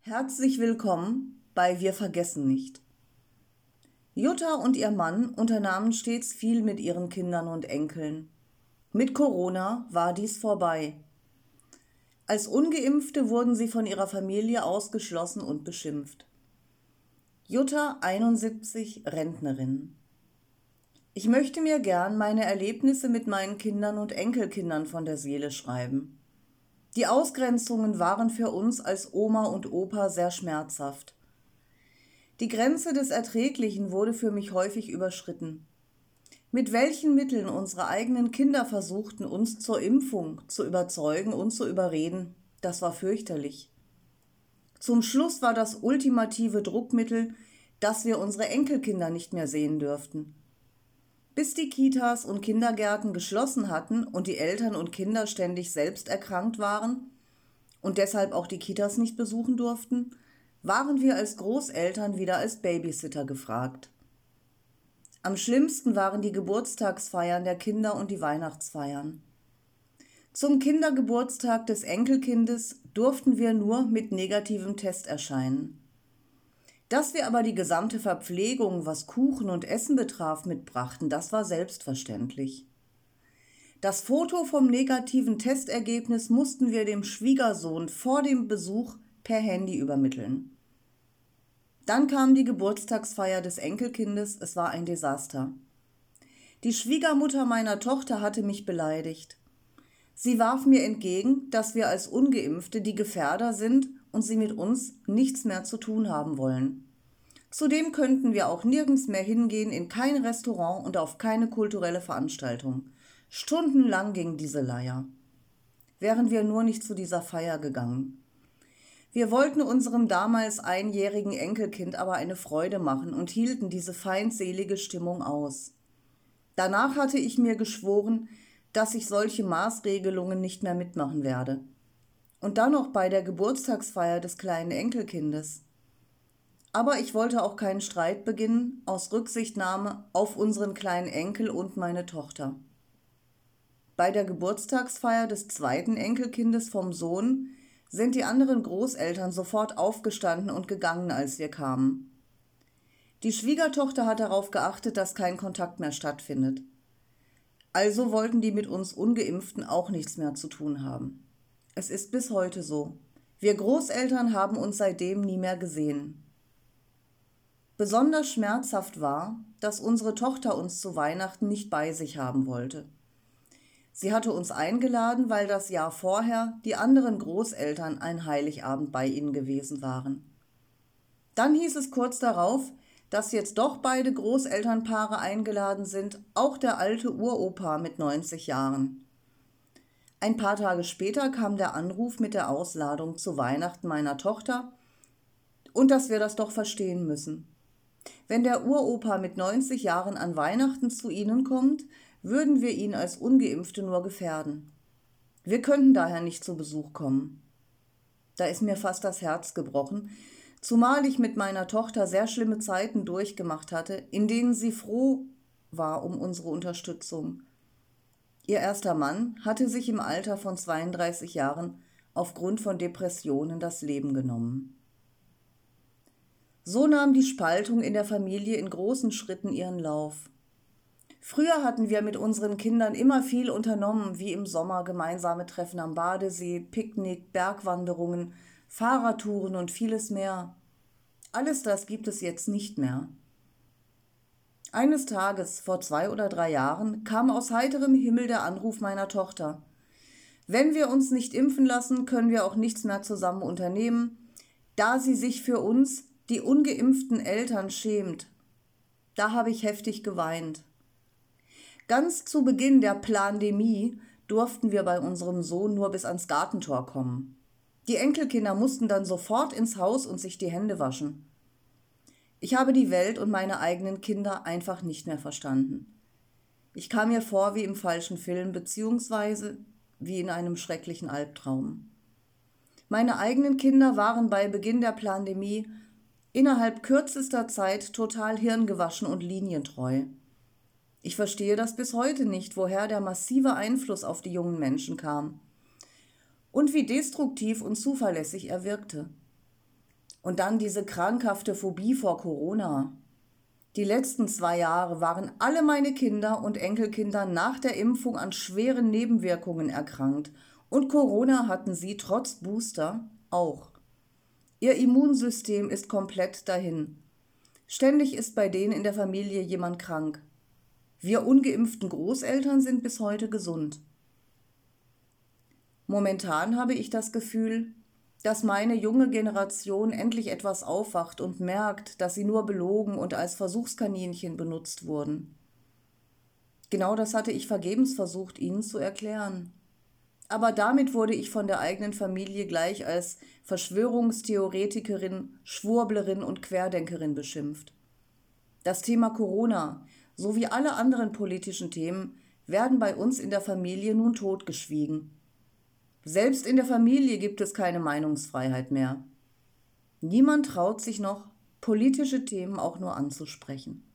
Herzlich willkommen bei Wir vergessen nicht. Jutta und ihr Mann unternahmen stets viel mit ihren Kindern und Enkeln. Mit Corona war dies vorbei. Als Ungeimpfte wurden sie von ihrer Familie ausgeschlossen und beschimpft. Jutta, 71, Rentnerin. Ich möchte mir gern meine Erlebnisse mit meinen Kindern und Enkelkindern von der Seele schreiben. Die Ausgrenzungen waren für uns als Oma und Opa sehr schmerzhaft. Die Grenze des Erträglichen wurde für mich häufig überschritten. Mit welchen Mitteln unsere eigenen Kinder versuchten, uns zur Impfung zu überzeugen und zu überreden, das war fürchterlich. Zum Schluss war das ultimative Druckmittel, dass wir unsere Enkelkinder nicht mehr sehen dürften. Bis die Kitas und Kindergärten geschlossen hatten und die Eltern und Kinder ständig selbst erkrankt waren und deshalb auch die Kitas nicht besuchen durften, waren wir als Großeltern wieder als Babysitter gefragt. Am schlimmsten waren die Geburtstagsfeiern der Kinder und die Weihnachtsfeiern. Zum Kindergeburtstag des Enkelkindes durften wir nur mit negativem Test erscheinen. Dass wir aber die gesamte Verpflegung, was Kuchen und Essen betraf, mitbrachten, das war selbstverständlich. Das Foto vom negativen Testergebnis mussten wir dem Schwiegersohn vor dem Besuch per Handy übermitteln. Dann kam die Geburtstagsfeier des Enkelkindes, es war ein Desaster. Die Schwiegermutter meiner Tochter hatte mich beleidigt. Sie warf mir entgegen, dass wir als Ungeimpfte die Gefährder sind und sie mit uns nichts mehr zu tun haben wollen. Zudem könnten wir auch nirgends mehr hingehen, in kein Restaurant und auf keine kulturelle Veranstaltung. Stundenlang ging diese Leier. Wären wir nur nicht zu dieser Feier gegangen. Wir wollten unserem damals einjährigen Enkelkind aber eine Freude machen und hielten diese feindselige Stimmung aus. Danach hatte ich mir geschworen, dass ich solche Maßregelungen nicht mehr mitmachen werde. Und dann noch bei der Geburtstagsfeier des kleinen Enkelkindes. Aber ich wollte auch keinen Streit beginnen, aus Rücksichtnahme auf unseren kleinen Enkel und meine Tochter. Bei der Geburtstagsfeier des zweiten Enkelkindes vom Sohn sind die anderen Großeltern sofort aufgestanden und gegangen, als wir kamen. Die Schwiegertochter hat darauf geachtet, dass kein Kontakt mehr stattfindet. Also wollten die mit uns Ungeimpften auch nichts mehr zu tun haben. Es ist bis heute so. Wir Großeltern haben uns seitdem nie mehr gesehen. Besonders schmerzhaft war, dass unsere Tochter uns zu Weihnachten nicht bei sich haben wollte. Sie hatte uns eingeladen, weil das Jahr vorher die anderen Großeltern ein Heiligabend bei ihnen gewesen waren. Dann hieß es kurz darauf, dass jetzt doch beide Großelternpaare eingeladen sind, auch der alte Uropa mit 90 Jahren. Ein paar Tage später kam der Anruf mit der Ausladung zu Weihnachten meiner Tochter und dass wir das doch verstehen müssen. Wenn der Uropa mit 90 Jahren an Weihnachten zu ihnen kommt, würden wir ihn als Ungeimpfte nur gefährden. Wir könnten daher nicht zu Besuch kommen. Da ist mir fast das Herz gebrochen, zumal ich mit meiner Tochter sehr schlimme Zeiten durchgemacht hatte, in denen sie froh war um unsere Unterstützung. Ihr erster Mann hatte sich im Alter von 32 Jahren aufgrund von Depressionen das Leben genommen. So nahm die Spaltung in der Familie in großen Schritten ihren Lauf. Früher hatten wir mit unseren Kindern immer viel unternommen, wie im Sommer gemeinsame Treffen am Badesee, Picknick, Bergwanderungen, Fahrradtouren und vieles mehr. Alles das gibt es jetzt nicht mehr. Eines Tages, vor 2 oder 3 Jahren, kam aus heiterem Himmel der Anruf meiner Tochter. Wenn wir uns nicht impfen lassen, können wir auch nichts mehr zusammen unternehmen, da sie sich für uns, die ungeimpften Eltern, schämt. Da habe ich heftig geweint. Ganz zu Beginn der Plandemie durften wir bei unserem Sohn nur bis ans Gartentor kommen. Die Enkelkinder mussten dann sofort ins Haus und sich die Hände waschen. Ich habe die Welt und meine eigenen Kinder einfach nicht mehr verstanden. Ich kam mir vor wie im falschen Film bzw. wie in einem schrecklichen Albtraum. Meine eigenen Kinder waren bei Beginn der Plandemie innerhalb kürzester Zeit total hirngewaschen und linientreu. Ich verstehe das bis heute nicht, woher der massive Einfluss auf die jungen Menschen kam und wie destruktiv und zuverlässig er wirkte. Und dann diese krankhafte Phobie vor Corona. Die letzten 2 Jahre waren alle meine Kinder und Enkelkinder nach der Impfung an schweren Nebenwirkungen erkrankt und Corona hatten sie trotz Booster auch. Ihr Immunsystem ist komplett dahin. Ständig ist bei denen in der Familie jemand krank. Wir ungeimpften Großeltern sind bis heute gesund. Momentan habe ich das Gefühl, dass meine junge Generation endlich etwas aufwacht und merkt, dass sie nur belogen und als Versuchskaninchen benutzt wurden. Genau das hatte ich vergebens versucht, ihnen zu erklären. Aber damit wurde ich von der eigenen Familie gleich als Verschwörungstheoretikerin, Schwurblerin und Querdenkerin beschimpft. Das Thema Corona sowie alle anderen politischen Themen werden bei uns in der Familie nun totgeschwiegen. Selbst in der Familie gibt es keine Meinungsfreiheit mehr. Niemand traut sich noch, politische Themen auch nur anzusprechen.